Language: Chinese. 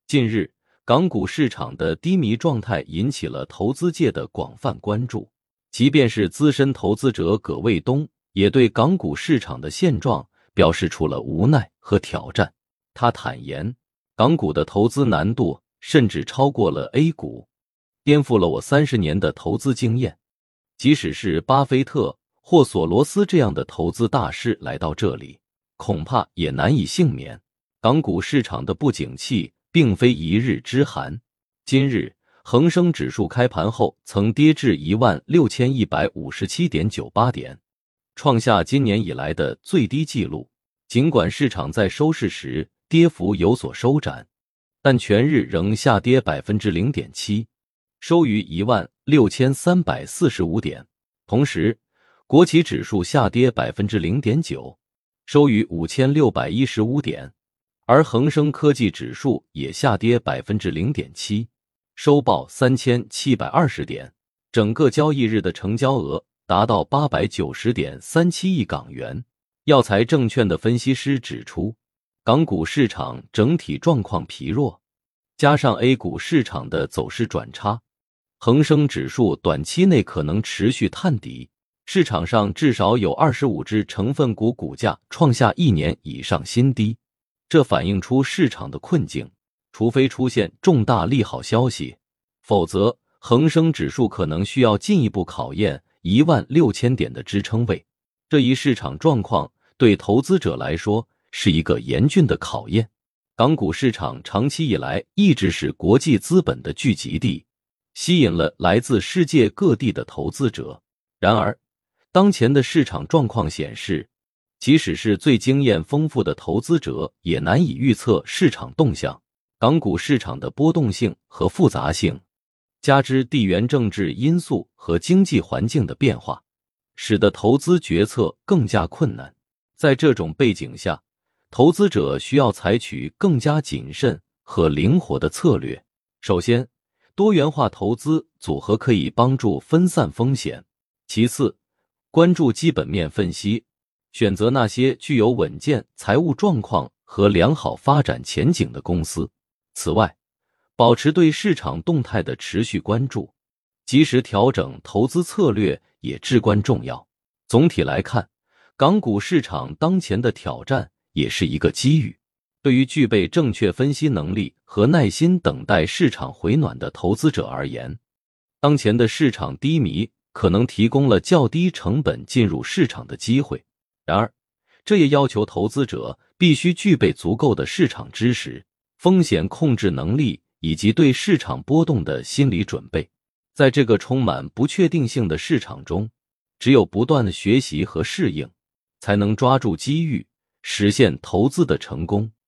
近日，港股市场的低迷状态引起了投资界的广泛关注。即便是资深投资者葛卫东，也对港股市场的现状表示出了无奈和挑战。他坦言，港股的投资难度甚至超过了 A 股，颠覆了我30年的投资经验。即使是巴菲特或索罗斯这样的投资大师来到这里，恐怕也难以幸免。港股市场的不景气并非一日之寒。今日恒生指数开盘后曾跌至 16,157.98 点，创下今年以来的最低纪录。尽管市场在收市时跌幅有所收窄，但全日仍下跌 0.7%， 收于 16,345 点。同时，国企指数下跌 0.9%， 收于 5,615 点，而恒生科技指数也下跌 0.7%， 收报 3,720 点。整个交易日的成交额达到 890.37 亿港元。药材证券的分析师指出，港股市场整体状况疲弱，加上 A 股市场的走势转差，恒生指数短期内可能持续探底。市场上至少有25只成分股股价创下1年以上新低，这反映出市场的困境。除非出现重大利好消息，否则恒生指数可能需要进一步考验16000点的支撑位。这一市场状况对投资者来说是一个严峻的考验。港股市场长期以来一直是国际资本的聚集地，吸引了来自世界各地的投资者。然而，当前的市场状况显示，即使是最经验丰富的投资者也难以预测市场动向。港股市场的波动性和复杂性，加之地缘政治因素和经济环境的变化，使得投资决策更加困难。在这种背景下，投资者需要采取更加谨慎和灵活的策略。首先，多元化投资组合可以帮助分散风险。其次，关注基本面分析，选择那些具有稳健财务状况和良好发展前景的公司。此外，保持对市场动态的持续关注，及时调整投资策略也至关重要。总体来看，港股市场当前的挑战也是一个机遇。对于具备正确分析能力和耐心等待市场回暖的投资者而言，当前的市场低迷可能提供了较低成本进入市场的机会。然而，这也要求投资者必须具备足够的市场知识、风险控制能力以及对市场波动的心理准备。在这个充满不确定性的市场中，只有不断的学习和适应，才能抓住机遇，实现投资的成功。